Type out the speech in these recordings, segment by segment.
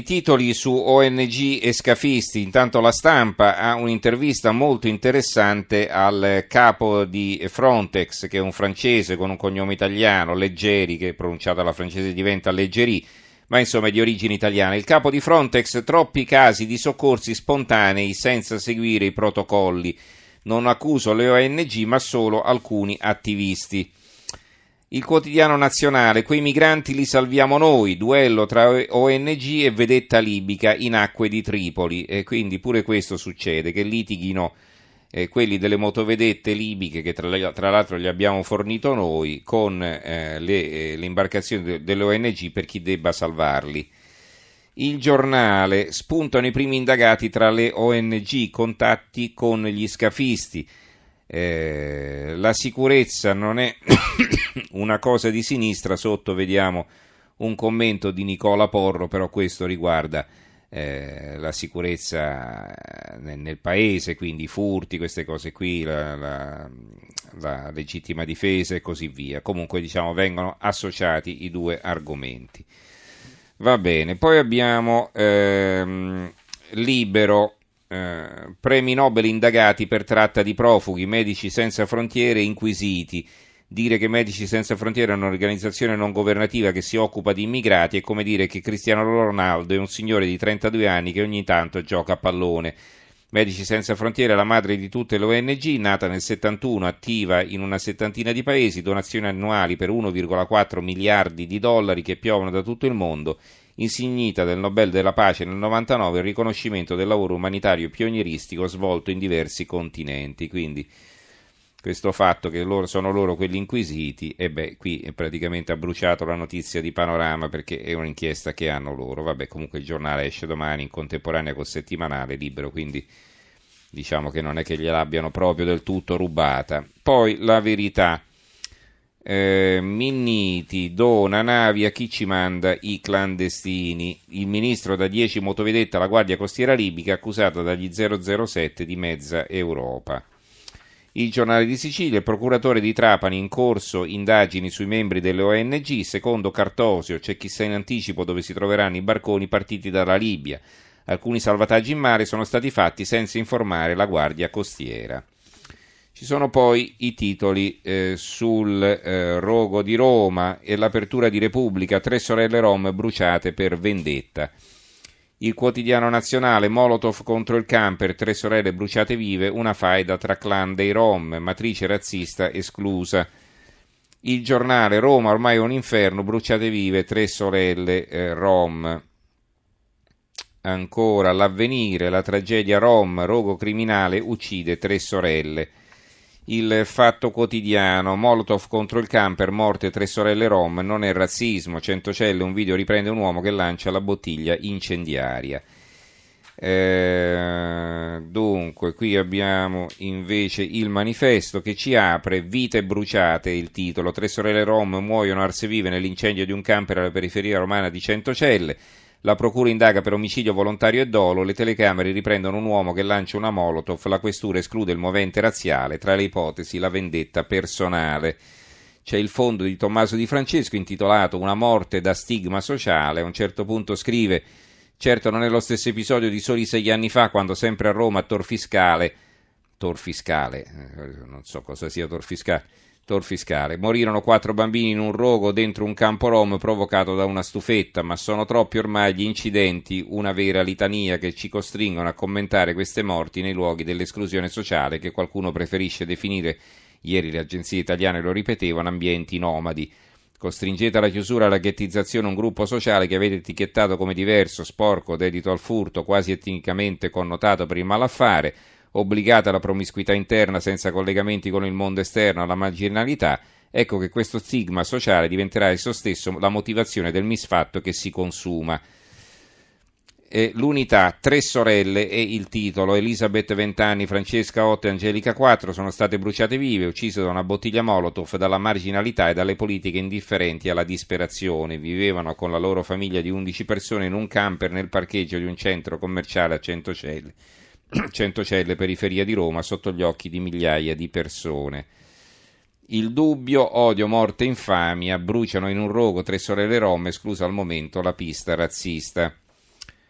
titoli su ONG e scafisti. Intanto La Stampa ha un'intervista molto interessante al capo di Frontex, che è un francese con un cognome italiano, Leggeri, che pronunciata alla francese diventa Leggeri, ma insomma è di origini italiane. Il capo di Frontex: troppi casi di soccorsi spontanei senza seguire i protocolli. Non accuso le ONG, ma solo alcuni attivisti. Il Quotidiano Nazionale: quei migranti li salviamo noi, duello tra ONG e vedetta libica in acque di Tripoli. E quindi pure questo succede, che litighino quelli delle motovedette libiche, che tra l'altro gli abbiamo fornito noi, con le imbarcazioni delle ONG per chi debba salvarli. Il Giornale: spuntano i primi indagati tra le ONG, contatti con gli scafisti. La sicurezza non è una cosa di sinistra. Sotto vediamo un commento di Nicola Porro, però questo riguarda la sicurezza nel paese, quindi furti, queste cose qui, la legittima difesa e così via. Comunque, diciamo, vengono associati i due argomenti. Va bene, poi abbiamo Libero. Premi Nobel indagati per tratta di profughi, Medici Senza Frontiere inquisiti. Dire che Medici Senza Frontiere è un'organizzazione non governativa che si occupa di immigrati è come dire che Cristiano Ronaldo è un signore di 32 anni che ogni tanto gioca a pallone. Medici Senza Frontiere è la madre di tutte le ONG, nata nel 71, attiva in una settantina di paesi, donazioni annuali per 1,4 miliardi di dollari che piovono da tutto il mondo, insignita del Nobel della Pace nel 99, il riconoscimento del lavoro umanitario pionieristico svolto in diversi continenti. Quindi questo fatto che sono loro quelli inquisiti, qui praticamente ha bruciato la notizia di Panorama, perché è un'inchiesta che hanno loro. Vabbè, comunque il giornale esce domani in contemporanea col settimanale Libero, quindi diciamo che non è che gliel'abbiano proprio del tutto rubata. Poi La Verità: Minniti dona navi a chi ci manda i clandestini. Il ministro da 10 motovedette alla Guardia Costiera Libica, accusato dagli 007 di mezza Europa. Il Giornale di Sicilia: il procuratore di Trapani, in corso indagini sui membri delle ONG, secondo Cartosio c'è chissà in anticipo dove si troveranno i barconi partiti dalla Libia. Alcuni salvataggi in mare sono stati fatti senza informare la Guardia Costiera. Ci sono poi i titoli sul rogo di Roma e l'apertura di Repubblica: 3 sorelle rom bruciate per vendetta. Il Quotidiano Nazionale: Molotov contro il camper, 3 sorelle bruciate vive, una faida tra clan dei rom, matrice razzista esclusa. Il Giornale: Roma ormai è un inferno, bruciate vive 3 sorelle rom. Ancora L'Avvenire: la tragedia rom, rogo criminale uccide 3 sorelle. Il Fatto Quotidiano: Molotov contro il camper, morte 3 sorelle rom, non è razzismo. Centocelle, un video riprende un uomo che lancia la bottiglia incendiaria. Dunque, qui abbiamo invece Il Manifesto, che ci apre: vite bruciate, il titolo. 3 sorelle rom muoiono arse vive nell'incendio di un camper alla periferia romana di Centocelle. La procura indaga per omicidio volontario e dolo, le telecamere riprendono un uomo che lancia una molotov, la questura esclude il movente razziale, tra le ipotesi la vendetta personale. C'è il fondo di Tommaso Di Francesco intitolato Una morte da stigma sociale. A un certo punto scrive: certo non è lo stesso episodio di soli 6 anni fa, quando sempre a Roma a Tor Fiscale, non so cosa sia Tor Fiscale, morirono 4 bambini in un rogo dentro un campo rom provocato da una stufetta, ma sono troppi ormai gli incidenti, una vera litania, che ci costringono a commentare queste morti nei luoghi dell'esclusione sociale che qualcuno preferisce definire, ieri le agenzie italiane lo ripetevano, ambienti nomadi. Costringete alla chiusura e alla ghettizzazione un gruppo sociale che avete etichettato come diverso, sporco, dedito al furto, quasi etnicamente connotato per il malaffare, obbligata alla promiscuità interna senza collegamenti con il mondo esterno, alla marginalità. Ecco che questo stigma sociale diventerà esso stesso la motivazione del misfatto che si consuma. L'Unità: 3 sorelle è il titolo. Elisabeth 20 anni, Francesca 8 e Angelica 4 sono state bruciate vive, uccise da una bottiglia molotov, dalla marginalità e dalle politiche indifferenti alla disperazione. Vivevano con la loro famiglia di 11 persone in un camper nel parcheggio di un centro commerciale a Centocelle, periferia di Roma, sotto gli occhi di migliaia di persone. Il Dubbio: odio, morte, infamia, bruciano in un rogo 3 sorelle rom, esclusa al momento la pista razzista.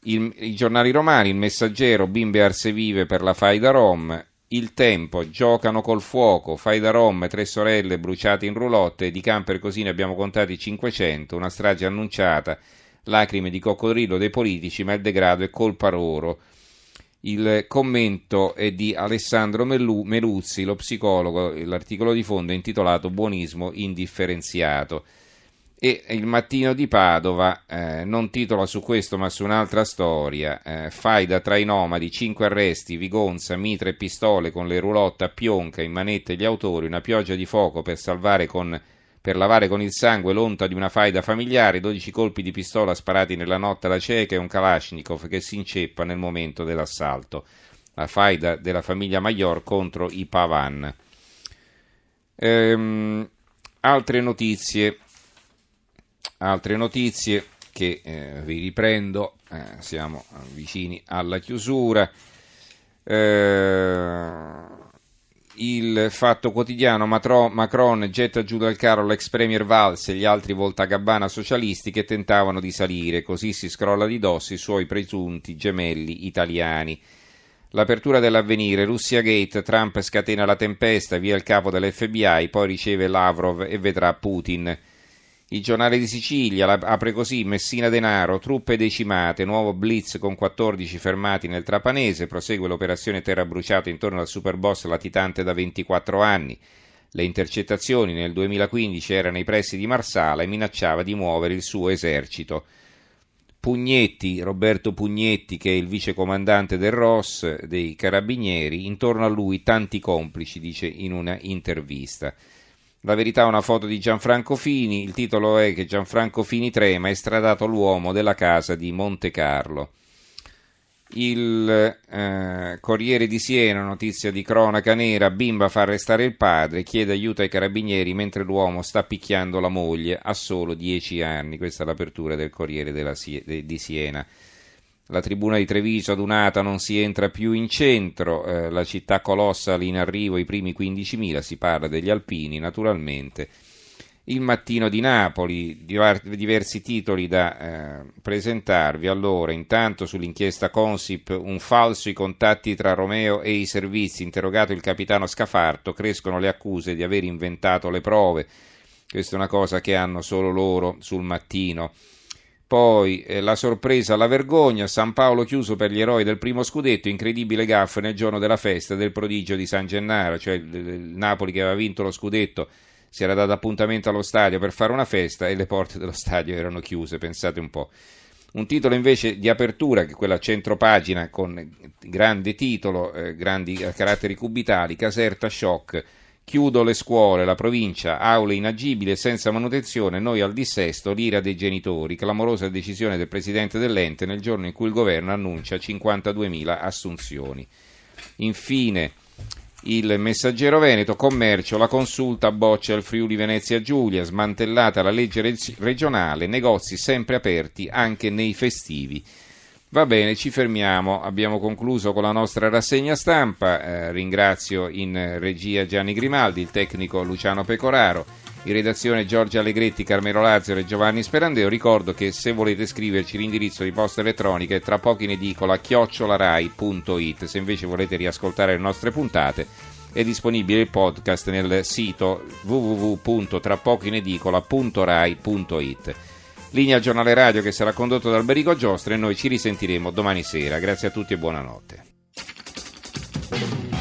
I giornali romani, Il Messaggero, bimbe arse vive per la faida Rom, Il Tempo, giocano col fuoco, faida Rom, 3 sorelle bruciate in roulotte, di camper così ne abbiamo contati 500, una strage annunciata, lacrime di coccodrillo dei politici, ma il degrado è colpa loro. Il commento è di Alessandro Meluzzi, lo psicologo, l'articolo di fondo è intitolato Buonismo indifferenziato. E il Mattino di Padova non titola su questo ma su un'altra storia, faida tra i nomadi, 5 arresti, Vigonza, mitra e pistole con le roulotte a Pionca, in manette gli autori, una pioggia di fuoco per lavare con il sangue l'onta di una faida familiare, 12 colpi di pistola sparati nella notte alla cieca e un Kalashnikov che si inceppa nel momento dell'assalto. La faida della famiglia Major contro i Pavan. Altre notizie che vi riprendo, siamo vicini alla chiusura. Il Fatto Quotidiano, Macron getta giù dal carro l'ex premier Valls e gli altri voltagabbana socialisti che tentavano di salire, così si scrolla di dosso i suoi presunti gemelli italiani. L'apertura dell'Avvenire, Russia Gate, Trump scatena la tempesta, via il capo dell'FBI, poi riceve Lavrov e vedrà Putin. Il Giornale di Sicilia apre così, Messina Denaro, truppe decimate, nuovo blitz con 14 fermati nel Trapanese, prosegue l'operazione terra bruciata intorno al superboss latitante da 24 anni. Le intercettazioni nel 2015 era nei pressi di Marsala e minacciava di muovere il suo esercito. Pugnetti, Roberto Pugnetti, che è il vicecomandante del ROS, dei Carabinieri, intorno a lui tanti complici, dice in una intervista. La Verità, una foto di Gianfranco Fini, il titolo è che Gianfranco Fini trema, estradato l'uomo della casa di Monte Carlo. Il Corriere di Siena, notizia di cronaca nera, bimba fa arrestare il padre, chiede aiuto ai carabinieri mentre l'uomo sta picchiando la moglie a solo 10 anni. Questa è l'apertura del Corriere di Siena. La tribuna di Treviso adunata, non si entra più in centro, la città colossa in arrivo, i primi 15.000, si parla degli alpini naturalmente. Il Mattino di Napoli, diversi titoli da presentarvi. Allora, intanto sull'inchiesta Consip, un falso i contatti tra Romeo e i servizi, interrogato il capitano Scafarto, crescono le accuse di aver inventato le prove. Questa è una cosa che hanno solo loro sul Mattino. Poi la sorpresa, la vergogna, San Paolo chiuso per gli eroi del primo scudetto, incredibile gaffe nel giorno della festa del prodigio di San Gennaro, cioè il Napoli che aveva vinto lo scudetto si era dato appuntamento allo stadio per fare una festa e le porte dello stadio erano chiuse, pensate un po'. Un titolo invece di apertura, che è quella centropagina con grande titolo, grandi caratteri cubitali, Caserta shock. Chiudo le scuole, la provincia, aule inagibili senza manutenzione, noi al dissesto, l'ira dei genitori, clamorosa decisione del presidente dell'ente nel giorno in cui il governo annuncia 52.000 assunzioni. Infine, il Messaggero Veneto, commercio, la consulta boccia il Friuli Venezia Giulia, smantellata la legge regionale, negozi sempre aperti anche nei festivi. Va bene, ci fermiamo, abbiamo concluso con la nostra rassegna stampa, ringrazio in regia Gianni Grimaldi, il tecnico Luciano Pecoraro, in redazione Giorgia Allegretti, Carmelo Lazzaro e Giovanni Sperandeo. Ricordo che se volete scriverci l'indirizzo di posta elettronica è tra poco in edicola @rai.it. Se invece volete riascoltare le nostre puntate è disponibile il podcast nel sito www.trapocoinedicola.rai.it. Linea al giornale radio che sarà condotto da Alberico Giostra e noi ci risentiremo domani sera. Grazie a tutti e buonanotte.